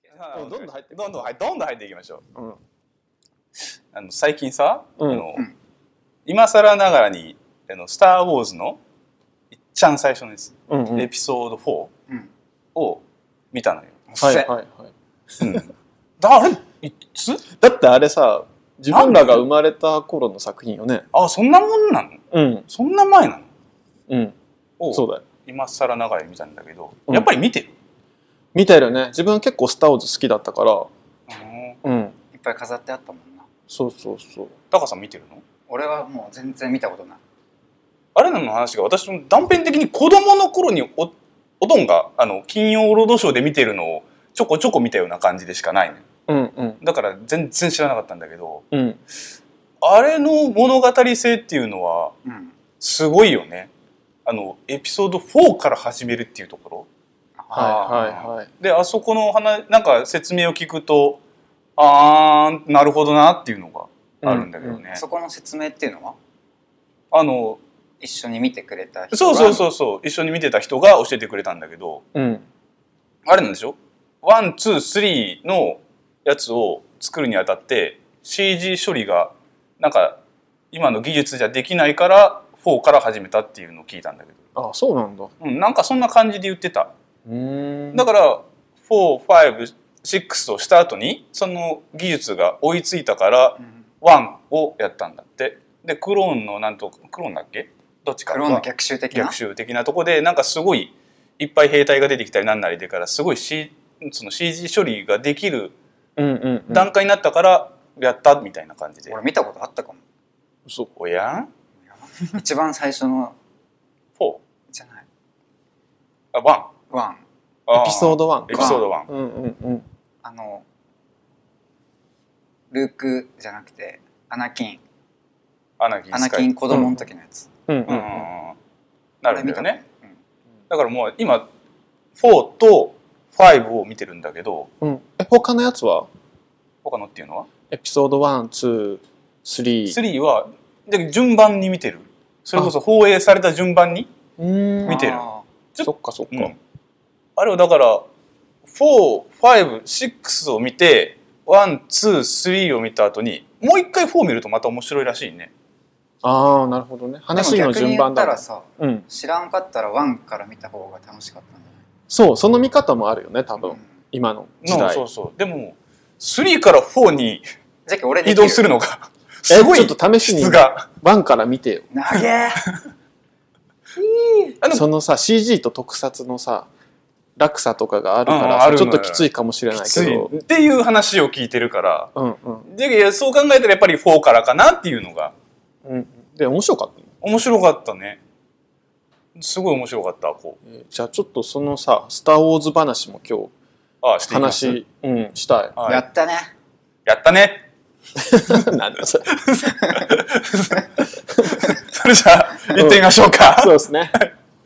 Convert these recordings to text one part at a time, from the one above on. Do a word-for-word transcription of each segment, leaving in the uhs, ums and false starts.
どんどん入ってどんどん入ってどんどん入っていきましょう、 うん、 あの最近さ、 うん、 あの今更ながらにあのスター・ウォーズのいっちゃん最初のです、うんうん、エピソードフォーを見たのよ、 はいはいはい、 うん、だあれいつだってあれさ自分らが生まれた頃の作品よね。 あ、そんなもんなの？うん。そんな前なの？ うん。そうだよ。 今更ながらに見たんだけど、うん、やっぱり見てる？ 見てるね。自分結構スター・ウォーズ好きだったから。 うん。いっぱい飾ってあったもんな。 そうそうそう。 タカさん見てるの？ 俺はもう全然見たことない。 あれの話が私も断片的に子供の頃に お, おとんがあの金曜ロードショーで見てるのをちょこちょこ見たような感じでしかないね。 うんうん、 だから全然知らなかったんだけど、 うん、 あれの物語性っていうのはすごいよね。あのエピソードフォーから始めるっていうところ、 はいはいはい、 であそこの話なんか説明を聞くとあーなるほどなっていうのがあるんだけどね、うんうん、 そこの説明っていうのはあの一緒に見てくれた人そうそうそうそう一緒に見てた人が教えてくれたんだけど、 うん、 あれなんでしょワン、ツー、スリーのやつを作るにあたって シージー 処理がなんか今の技術じゃできないからフォーから始めたっていうのを聞いたんだけど。 あ、そうなんだ。 うん、なんかそんな感じで言ってた。 うーん、 だからよん、ご、ろくをした後にその技術が追いついたからワンをやったんだって。でクローンのなんとクローンだっけどっちかクローンの逆襲的な逆襲的なとこでなんかすごいいっぱい兵隊が出てきたりなんなりでからすごい、C、その シージー 処理ができる段階になったからやったみたいな感じで。 俺見たことあったかも。 そうおや一番最初のフォーじゃないあワンワンエピソードワンエピソードワン、 うんうんうん、 あのルークじゃなくてアナキンアナキンアナキン子供の時のやつ、 うんうんうんうん、なるんだよね、うん、だからもう今フォーとファイブを見てるんだけど、 うん、え他のやつは他のっていうのはエピソードワン、ツー、スリー。 スリーはで順番に見てる。それこそ放映された順番に見てる。 そっかそっか。うん、 あれはだからよん、ご、ろくを見てワン、ツー、スリーを見た後にもう一回フォー見るとまた面白いらしいね。 ああなるほどね。話の順番だ。 でも逆に言ったらさ、うん、知らんかったらワンから見た方が楽しかったんだよね。 そうその見方もあるよね多分、うん、今の時代。 そうそうでもスリーからフォーに移動するのがすごい。ちょっと試しにワンから見てよ。 なげーそのさ シージー と特撮のさ落差とかがあるからちょっときついかもしれないけどっていう話を聞いてるから、 うんうん、 でそう考えたらやっぱりフォーからかなっていうのが、 うん、で面白かった面白かったね。すごい面白かったこう、 えー、じゃあちょっとそのさスター・ウォーズ話も今日ああして話、うん、したい、 はい、やったねやったねなんだそれそれじゃあ行ってみましょうか、 うん、そうですね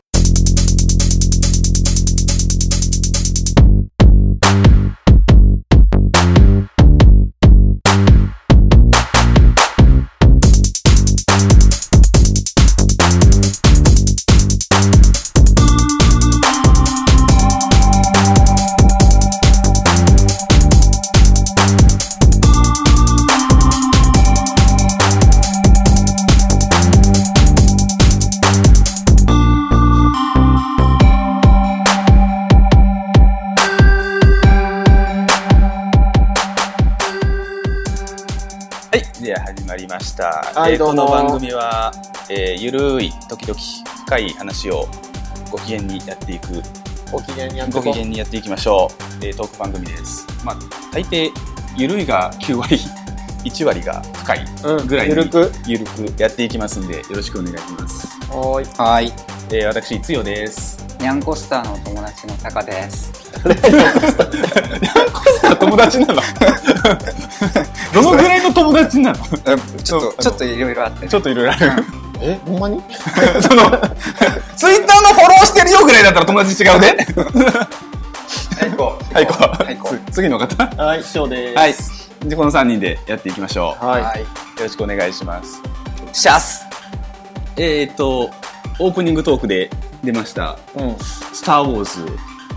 始まりました、はい、えー、この番組は、えー、ゆるい時々深い話をご機嫌にやっていくご機嫌にやっていこうご機嫌にやっていきましょう、えー、トーク番組です、まあ、大抵ゆるいがきゅうわりいちわりが深いぐらいに、うん、ゆるくゆるくやっていきますんでよろしくお願いします。 はいはい、 えー、私つよです。 ニャンコスターの友達のタカです。 ニャンコスター友達なのどのぐらいの友達なのちょっとちょっといろいろあって、ね、 ちょっといろいろある、 うん、えほんまにそのツイッターのフォローしてるよぐらいだったら友達違うねはいこうはいこう、はい、こう次の方はい翔です。 はいでこのさんにんでやっていきましょう。 はい、よろしくお願いします。 シャスえー、っとオープニングトークで出ました、 うん、 スター・ウォーズ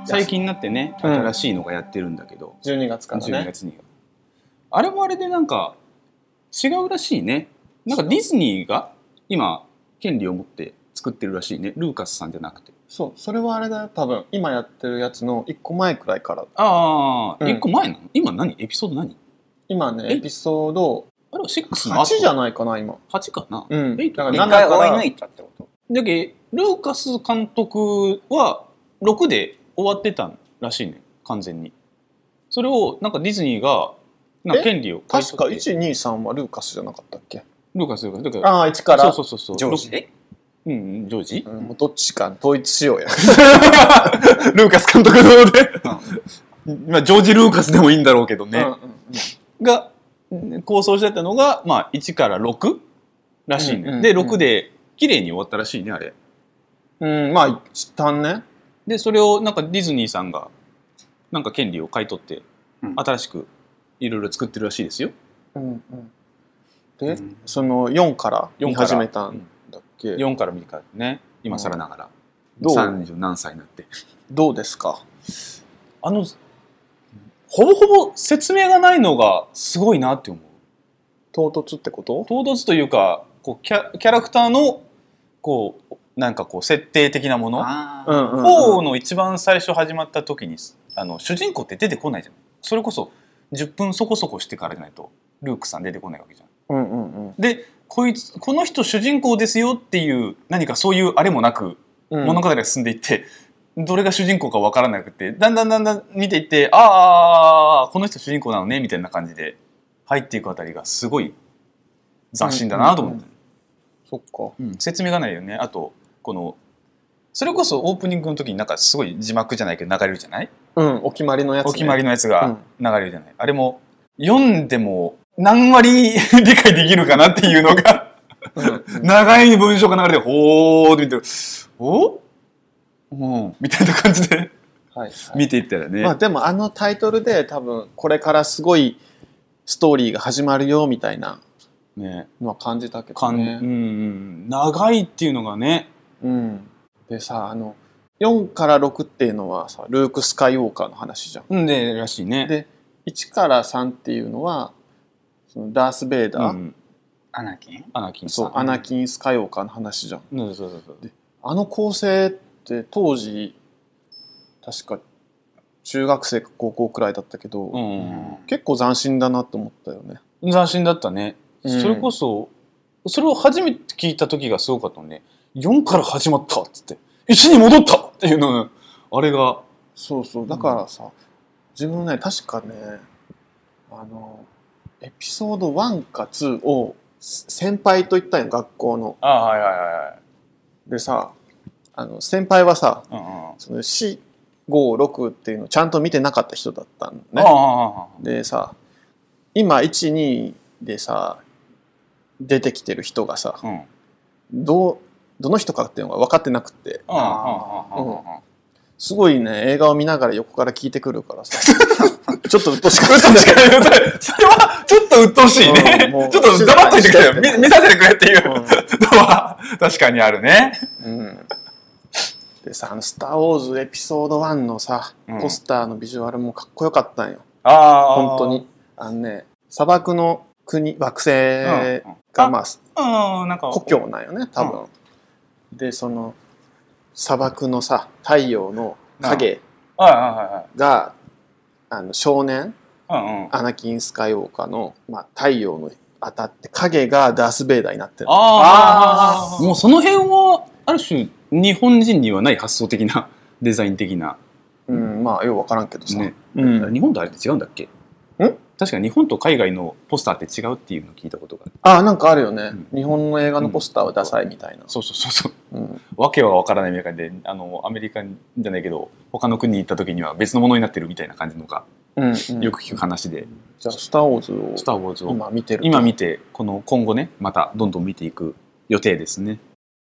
最近になってね、 うん新しいのがやってるんだけど、 じゅうにがつからじゅうにねがつにあれもあれでなんか違うらしいね。なんかディズニーが今権利を持って作ってるらしいね。ルーカスさんじゃなくて。 そうそれはあれだよ多分今やってるやつのいっこまえくらいからああ、 うんいっこまえなの？今何エピソード何？え今ねエピソードあれはろくのはちじゃないかな今。 はちかな。 うんエイトだから一ななから回追い抜いたってこと？ だけどルーカス監督はろくで終わってたらしいね、完全に。それをなんかディズニーがなんか権利を買い確か取って。 いちにさんはルーカスじゃなかったっけ？ ルーカスルーカスだからああいちからそうそうそうそうジョージ？えうんうんジョージ、 うん、もうどっちか統一しようや。 ルーカス監督ので、まあジョージ・ルーカスでもいいんだろうけどね、 うんうんが構想してたのが、まあ、いちからろくらしいね、 うんうんうんでろくで綺麗に終わったらしいねあれうんうんまあ一旦ね。 でそれをなんかディズニーさんがなんか権利を買い取ってうん新しくいろいろ作ってるらしいですよ。 うんうんで、 うんそのよんから見よんから始めたんだっけ？ よんから見るからね今更ながら、 どうさんじゅう何歳になってどうですか？ あのほぼほぼ説明がないのがすごいなって思う。 唐突ってこと？ 唐突というかこうキャキャラクターのこうなんかこう設定的なもの。 あーうんうんうんフォーの一番最初始まった時にあの主人公って出てこないじゃん。それこそじゅっぷんそこそこしてからじゃないとルークさん出てこないわけじゃん。 うんうんうんでこいつこの人主人公ですよっていう何かそういうあれもなくうん物語が進んでいって、どれが主人公かわからなくてだんだんだんだん見ていってああこの人主人公なのねみたいな感じで入っていくあたりがすごい斬新だなと思って、 そっか。 うん説明がないよね。あとこのそれこそオープニングの時になんかすごい字幕じゃないけど流れるじゃない、 うんお決まりのやつ、ね。 お決まりのやつがうん流れるじゃない、あれも読んでも何割理解できるかなっていうのがうんうん長い文章が流れてほーって見ておうんみたいな感じではいはい見ていったらね、 まあでもあのタイトルで多分これからすごいストーリーが始まるよみたいなねのは感じたけかん、うんどね。 うん、長いっていうのがね、 うん、でさあのよんからろくっていうのはさルーク・スカイウォーカーの話じゃん。 うんでらしいね。 でいちからさんっていうのはそのダース・ベイダー、 うん、 アナキン？ アナキンさんそうアナキン・スカイウォーカーの話じゃん。 うんそうそうそうであの構成って当時確か中学生か高校くらいだったけど、 うん結構斬新だなと思ったよね。 斬新だったね、 うんそれこそそれを初めて聞いた時がすごかったのね。よんから始まったっつっていちに戻ったっていうのあれがそうそうだからさ、自分ね確かねあのエピソードワンかツーを先輩と言ったんよ学校の。 あはいはいはでさあの先輩はさいはい、うんうん、 そのよん、ご、ろくっていうのをちゃんと見てなかった人だったんね。 ああでさ今いち、にでさ出てきてる人がさうんどうどの人かっていうのが分かってなくてああああああすごいね映画を見ながら横から聞いてくるからさちょっとうっとうしかったんだ確かにそれそれはちょっと鬱陶しいうんね、 もうちょっと黙っといてくれよ、 静かにして見見させてくれっていううんのは確かにあるね。 うんでさあの「スター・ウォーズ」エピソードワンのさうんポスターのビジュアルもかっこよかったんよ。 ああ本当にあのね砂漠の国惑星うんがまあうんなんか故郷なんよね多分。でその砂漠のさ太陽の影はいはいはがあの少年いはいうんうんアナキン・スカイウォーカーの、まあ、太陽の当たって影がダース・ベイダーになってる。 ああもうその辺はある種日本人にはない発想的なデザイン的なうんまあよう分からんけどさ、 ね、 うん、 日本とあれって違うんだっけ？ ん確かに日本と海外のポスターって違うっていうのを聞いたことがある。 あなんかあるよね、 うん日本の映画のポスターはダサいみたいな、 そうそうそうそううんわけはわからないみたいな感じであのアメリカじゃないけど他の国に行った時には別のものになってるみたいな感じのがうんうんよく聞く話で、 じゃあ「スター・ウォーズ」をスター・ウォーズを今見てると今見てこの今後ねまたどんどん見ていく予定ですね。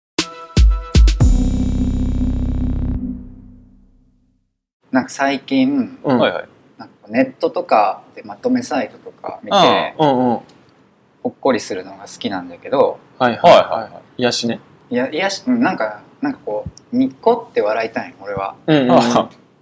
なんか最近うん、 はいはい。 なんかネットとかでまとめサイトとか見あてうんうんはいほっこりするのが好きなんだけど、 はいはいはいはい癒しねいやいやしうんなんかなんかこうニッコって笑いたいの俺は。 うんうんあ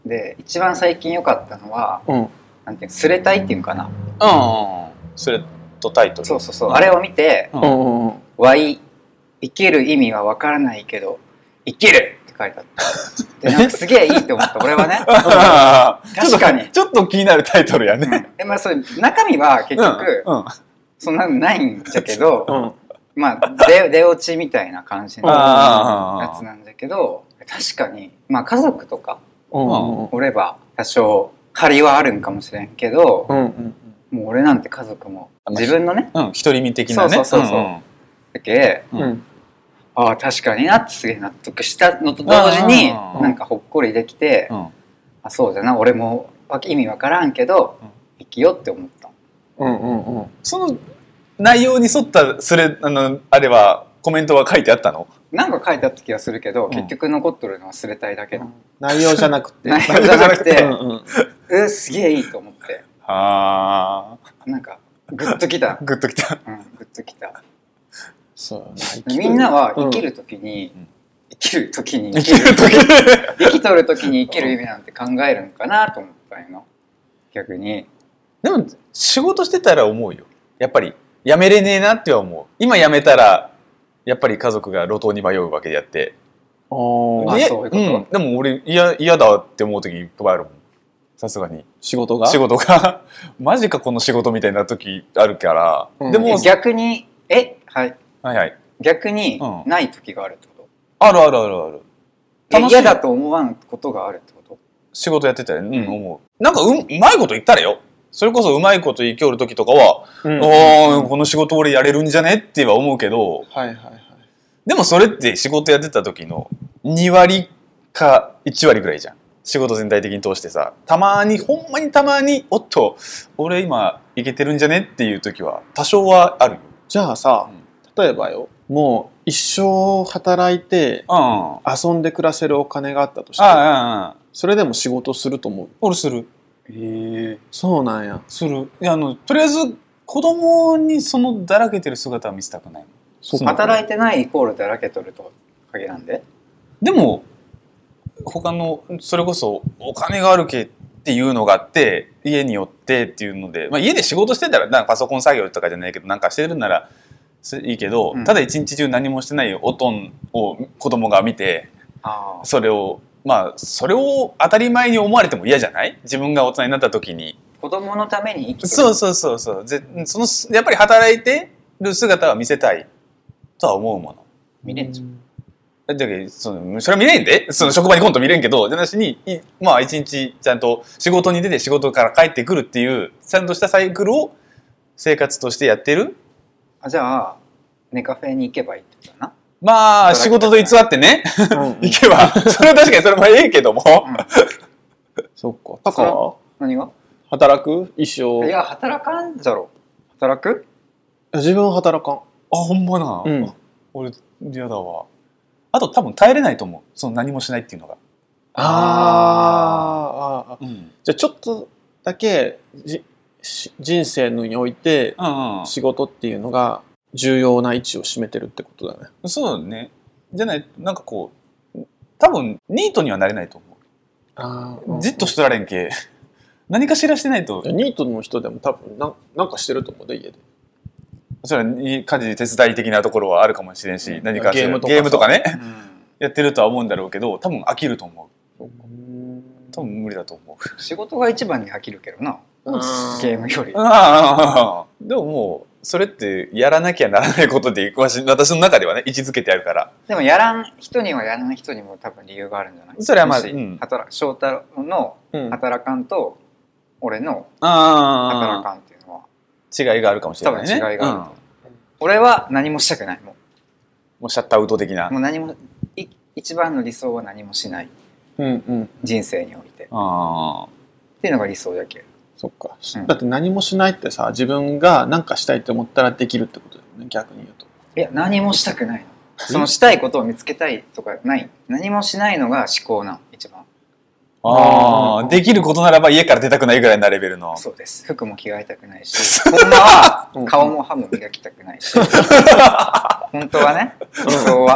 で一番最近良かったのは、 うん。 なんていうのスレタイっていうのかな、 うんそれとタイトルそうそうそう、 うん、 あれを見てううんんうん。 わい生きる意味は分からないけど生きるって書いてあったでなんかすげえいいって思った俺はね確かにちょっと気になるタイトルやね、 うん、えまあそれ中身は結局、 うんうん、 そんなのないんだけど、 うん、 まあ出出落ちみたいな感じのやつなんだけど確かにまあ家族とかおれば多少張りはあるんかもしれんけど、 うんうん、 もう俺なんて家族も自分のね、 うん、独り身的なねそうそうそうそう、うんうん、だけ、 うん、 ああ確かになってすげえ納得したのと同時になんかほっこりできて、うん、あそうだな俺も意味わからんけど、うん、生きようって思った、 うんうんうん、 その内容に沿ったそれあのあれはコメントは書いてあったの？ なんか書いてあった気がするけど、うん、結局残っとるのはスレタイだけ、うん、 内容じゃなくて内容じゃなくてうん、うん、すげえいいと思ってあなんかグッときたグッときた、 うん、グッときたそうみんなは生きるときに、うん、生きるときに生きるとき生きとるときに生きる意味なんて考えるんかなと思ったんよ逆に。 でも仕事してたら思うよやっぱりやめれねえなっては思う。今やめたらやっぱり家族が路頭に迷うわけであって。 ああそういうこと、うん、 でも俺嫌嫌だって思う時いっぱいあるもん。さすがに仕事が仕事がマジかこの仕事みたいな時あるから、 うん、でも逆にえはいはいはい逆にない時があるってこと、うん、 あるあるあるある。 嫌だと思わんことがあるってこと？ 仕事やってたら、うん、思う。なんか う, うまいこと言ったらよ。それこそうまいこと生きおる時とかは、うん、おーこの仕事俺やれるんじゃねっては思うけど、 はいはいはい、 でもそれって仕事やってた時のに割かいち割ぐらいじゃん。仕事全体的に通してさ、たまにほんまにたまにおっと俺今いけてるんじゃねっていう時は多少はあるよ。 じゃあさ、うん、例えばよもう一生働いて遊んで暮らせるお金があったとして、 うん、 それでも仕事すると思う？ 俺する。 へえそうなんや。 する。いやあのとりあえず子供にそのだらけてる姿は見せたくない。 そう働いてないイコールだらけとると限らんで。 でも他のそれこそお金があるけっていうのがあって家に寄ってっていうので、まあ、家で仕事してたらなんかパソコン作業とかじゃないけどなんかしてるならいいけど、うん、ただ一日中何もしてないおとんを子供が見てそれをまあそれを当たり前に思われても嫌じゃない？自分が大人になった時に子供のために生きてる。 そうそうそうそうぜそのやっぱり働いてる姿は見せたいとは思うもの。 見れんじゃん。 だけどそのそれは見れんでその職場にコント見れんけどじゃなしにまあ一日ちゃんと仕事に出て仕事から帰ってくるっていうちゃんとしたサイクルを生活としてやってる。 あじゃあネカフェに行けばいいってことだな。 まあ仕事と偽ってね行けばそれは確かにそれもええけども、うん、 そっか。タカは何が働く一生？ いや働かんじゃろ。働く？ 自分は働かん。 あほんまな、 うん、 俺嫌だわ。あと多分耐えれないと思うその何もしないっていうのが。 ああ、うん、じゃあちょっとだけじ人生において仕事っていうのが重要な位置を占めてるってことだね。 そうだね。じゃないなんかこう多分ニートにはなれないと思う。 あじっとしとられんけ何かしらしてないと。 ニートの人でも多分ななんかしてると思うで家で。 それは家事手伝い的なところはあるかもしれんし、うん、何かゲームとかゲームとかね、うん、やってるとは思うんだろうけど多分飽きると思う。うん、多分無理だと思う。 仕事が一番に飽きるけどな、うん、ゲームより。 あでももうそれってやらなきゃならないことで私の中ではね位置づけてあるから。 でもやらん人にはやらない人にも多分理由があるんじゃない？ それはまあ、うん、 働翔太の働かんと俺の働かんっていうのは違いがあるかもしれないね。 多分違いがある、うん、俺は何もしたくないもん。 もうシャットアウト的な。 もう何もい一番の理想は何もしない、 うんうん、 人生においてあっていうのが理想だけど。 そっか、うん、だって何もしないってさ自分が何かしたいと思ったらできるってことだよね逆に言うと。 いや何もしたくないの。そのしたいことを見つけたいとかない。何もしないのが思考なの一番。 ああできることならば家から出たくないぐらいなレベルの。 そうです。服も着替えたくないしほんまは顔も歯も磨きたくないし本当はね理想は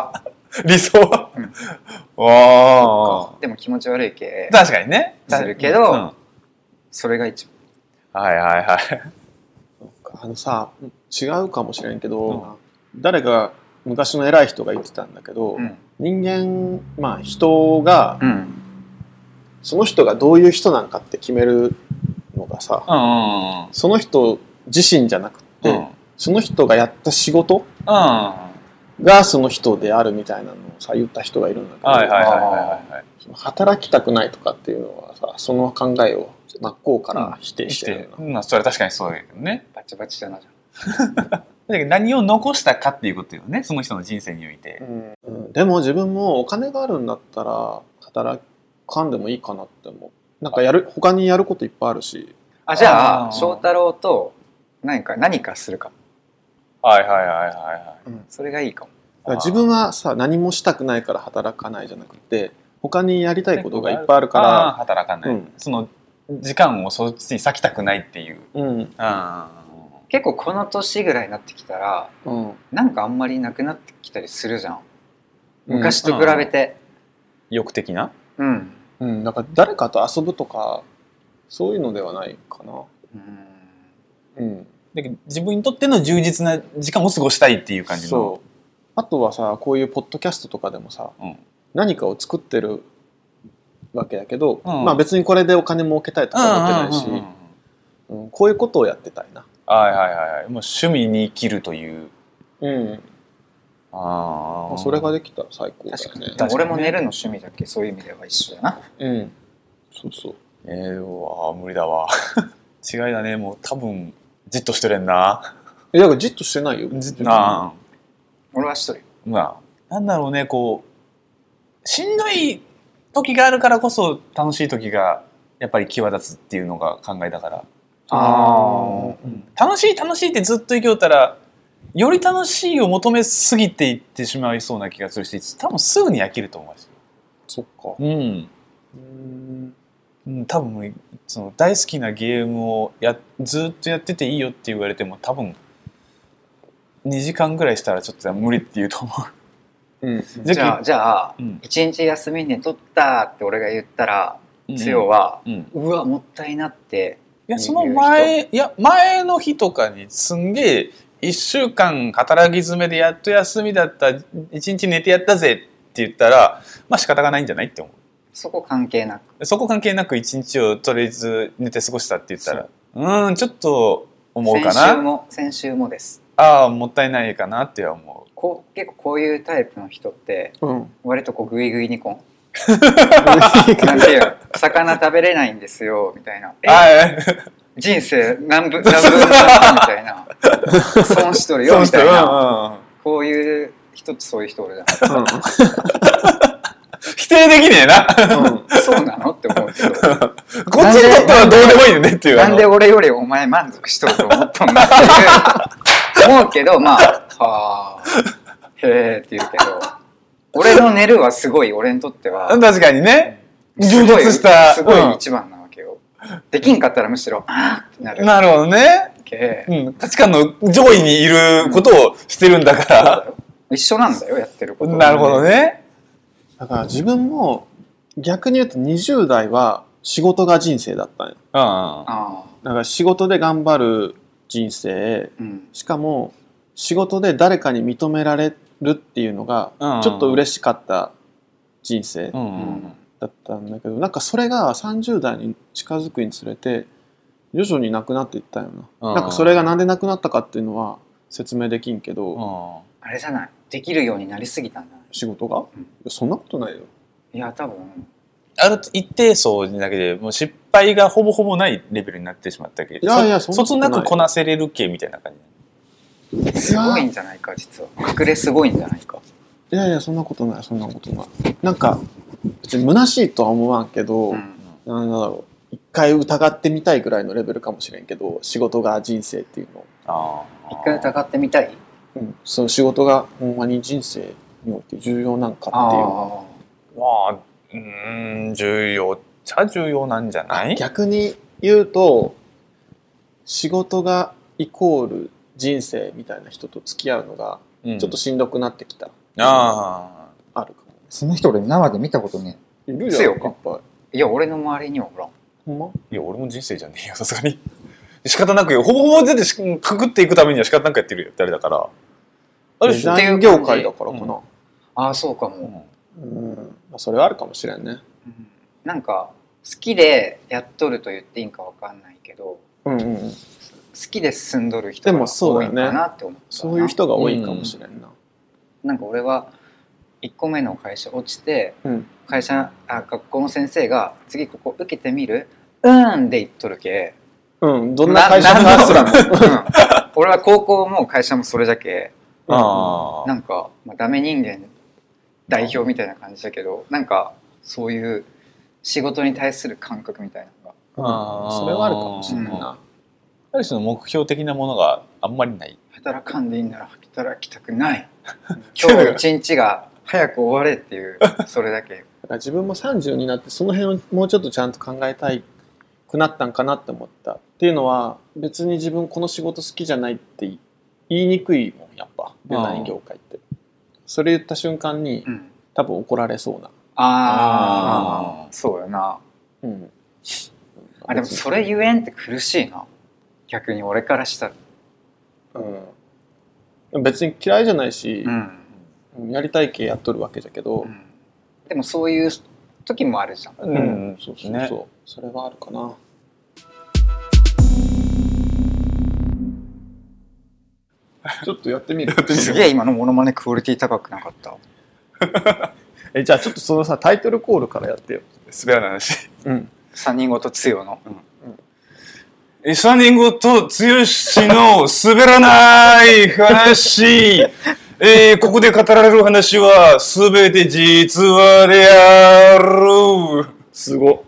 理想は、 うん、 わでも気持ち悪い系確かにねするけど、 うん、 それが一番はいはいはいあのさ違うかもしれんけど、うん、誰か昔の偉い人が言ってたんだけど、うん、人間まあ人が、うん、その人がどういう人なんかって決めるのがさ、うん、その人自身じゃなくて、うん、その人がやった仕事、うんがその人であるみたいなのをさ言った人がいるんだけど、はいはいはいはいはい、働きたくないとかっていうのはさその考えを真っ向から否定してるな、 うん、まあそれは確かにそうだけどねバチバチだなじゃんだけど何を残したかっていうことよねその人の人生において、 うんうん、でも自分もお金があるんだったら働かんでもいいかなって思うなんかやる他にやることいっぱいあるしあじゃあ翔太郎と何か何かするかはいはいはいはいはい、 うん、それがいいかも自分はさ何もしたくないから働かないじゃなくて他にやりたいことがいっぱいあるから働かない、うん、その時間をそっちに割きたくないっていう、うん、あ結構この年ぐらいになってきたら、うん、なんかあんまりなくなってきたりするじゃん昔と比べて、 うん、欲的なうん、うん、だから誰かと遊ぶとかそういうのではないかなうん、うん、だけど自分にとっての充実な時間を過ごしたいっていう感じのそうあとはさこういうポッドキャストとかでもさ、うん、何かを作ってるわけだけど、うん、まあ別にこれでお金儲けたいとか思ってないし、うん、こういうことをやってたいなはいはいはいもう趣味に生きるという、うん、 あそれができたら最高だよね確かに俺も寝るの趣味だっけそういう意味では一緒だなうんそうそうえー、わ無理だわ違いだねもう多分じっとしてれんないやじっとしてないよじっとな俺はしとるよまあなんだろうねこうしんどい時があるからこそ楽しい時がやっぱり際立つっていうのが考えだからあ、うん、楽しい楽しいってずっと生きよったらより楽しいを求めすぎていってしまいそうな気がするし多分すぐに飽きると思うしそっかうんうん、多分その大好きなゲームをやずっとやってていいよって言われても多分にじかんぐらいしたらちょっと無理って言うと思う、うん、じゃあじゃあ、うん、いちにち休みに取ったって俺が言ったらつよは、うんうん、うわもったいなっていやその前いや前の日とかにすんげえいっしゅうかん働き詰めでやっと休みだったいちにち寝てやったぜって言ったらまあ仕方がないんじゃないって思うそこ関係なくそこ関係なくいちにちをとりあえず寝て過ごしたって言ったらうんちょっと思うかな先週も先週もですああもったいないかなって思うこう結構こういうタイプの人って、うん、割とこうグイグイにこんなんていう魚食べれないんですよみたいな人生何分何分みたいな損しとるよみたいなこういう人ってそういう人おるじゃない、うん否定できねえな、 うん、そうなのって思うけどこっちにとってはどうでもいいよねっていうなんで俺よりお前満足しとると思ったんだっていう思うけどまあはあへえって言うけど俺の寝るはすごい俺にとっては確かにね充実したすごい一番なわけよ、うん、できんかったらむしろあーってなるなるほどね、うん、価値観の上位にいることをしてるんだから、 うん、一緒なんだよやってること、 ね、なるほどねだから自分も逆に言うとにじゅう代は仕事が人生だったんよ。ああだから仕事で頑張る人生、うん、しかも仕事で誰かに認められるっていうのがちょっと嬉しかった人生だったんだけどなんかそれがさんじゅう代に近づくにつれて徐々になくなっていったよな。なんかそれがなんでなくなったかっていうのは説明できんけどあれじゃないできるようになりすぎたんだ仕事が、うん、いやそんなことないよいや多分ある一定層だけでもう失敗がほぼほぼないレベルになってしまったけどいやいやそつなくこなせれる系みたいな感じすごいんじゃないか実は隠れすごいんじゃないかいやいやそんなことないそんなことないなんか別に虚しいとは思わんけど、うん、なんだろう一回疑ってみたいぐらいのレベルかもしれんけど仕事が人生っていうのあ一回疑ってみたいうん、その仕事がほんまに人生において重要なんかっていうあまあうん重要っちゃ重要なんじゃない逆に言うと仕事がイコール人生みたいな人と付き合うのがちょっとしんどくなってきた、うん、ああるかも。 その人俺生で見たことねいるじゃん、いっぱい。いや俺の周りにはほら。 ほんま？いや俺も人生じゃねえよさすがに。仕方なくよ。ほぼほぼ出てくくっていくためには仕方なくやってるよってあれだから。 ある種デザイン業界だからかな。うん、 ああそうかも。 うん、まあ、それはあるかもしれんね。 うん、なんか好きでやっとると言っていいんかわかんないけど、うんうん、好きで進んどる人が多いかなって思った。 そういう人が多いかもしれんな。 うん、なんか俺はいっこめの会社落ちて、うん、会社あ学校の先生が次ここ受けてみるうんで言っとるけ。 うん、どんな会社かすらも、うん、 俺は高校も会社もそれだけ、うん、なんか、まあ、ダメ人間代表みたいな感じだけど、なんかそういう仕事に対する感覚みたいなのが、うん、それはあるかもしれないな、うん、 ある種の目標的なものがあんまりない。 働かんでいいなら働きたくない今日一日が早く終われっていうそれだけ。だから自分もさんじゅうになってその辺をもうちょっとちゃんと考えたいくなったんかなって思った。っていうのは別に自分この仕事好きじゃないって言いにくいもんやっぱデザイン業界って。それ言った瞬間に、うん、多分怒られそうな。 ああそうよな。うん。あでもそれゆえんって苦しいな逆に俺からしたら。 うん。別に嫌いじゃないし、うん、やりたい系やっとるわけだけど、うん、 でもそういう時もあるじゃん。うん、うん、 そうそうそう、ね、それはあるかな。ちょっとやってみる。 すげえ今のモノマネクオリティ高くなかった。 えじゃあちょっとそのさタイトルコールからやってよ。 滑らない話。 うん。三人ごとつよの。 うん。三人ごとつよしの滑らない話。えー、ここで語られる話はすべて実話である。 すご。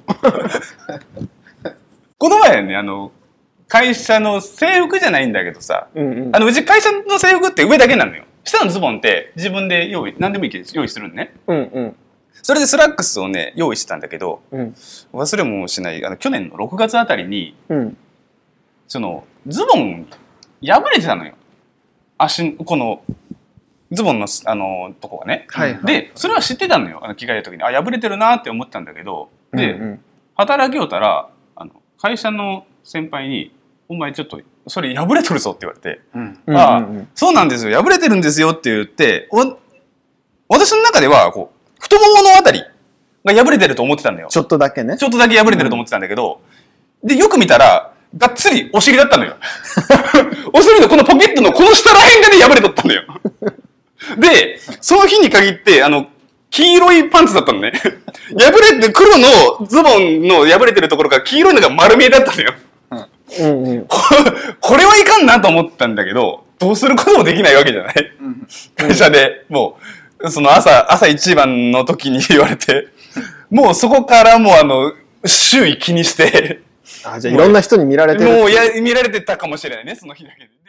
この前ねあの。会社の制服じゃないんだけどさ、うんうん、あのうち会社の制服って上だけなのよ。下のズボンって自分で用意何でもいいけど用意するのね、うんうん、それでスラックスをね用意してたんだけど、うん、忘れもしないあの去年のろくがつあたりに、うん、そのズボン破れてたのよ。足このズボンのあのとこがね、はいはい、でそれは知ってたのよ。あの着替える時にあ破れてるなって思ったんだけど、で、うんうん、働きよったらあの会社の先輩にお前ちょっとそれ破れとるぞって言われて、うん、ああ、うんうんうん、そうなんですよ破れてるんですよって言って私の中ではこう太もものあたりが破れてると思ってたんだよ。 ちょっとだけねちょっとだけ破れてると思ってたんだけど、うん、でよく見たらがっつりお尻だったのよお尻のこのポケットのこの下ら辺がね破れとったのよでその日に限ってあの黄色いパンツだったのね破れて黒のズボンの破れてるところが黄色いのが丸見えだったのようんうん、これはいかんなと思ったんだけどどうすることもできないわけじゃない、うん、会社でもうその朝朝一番の時に言われてもうそこからもうあの周囲気にしてあじゃあいろんな人に見られてるもうや見られてたかもしれないねその日だけで。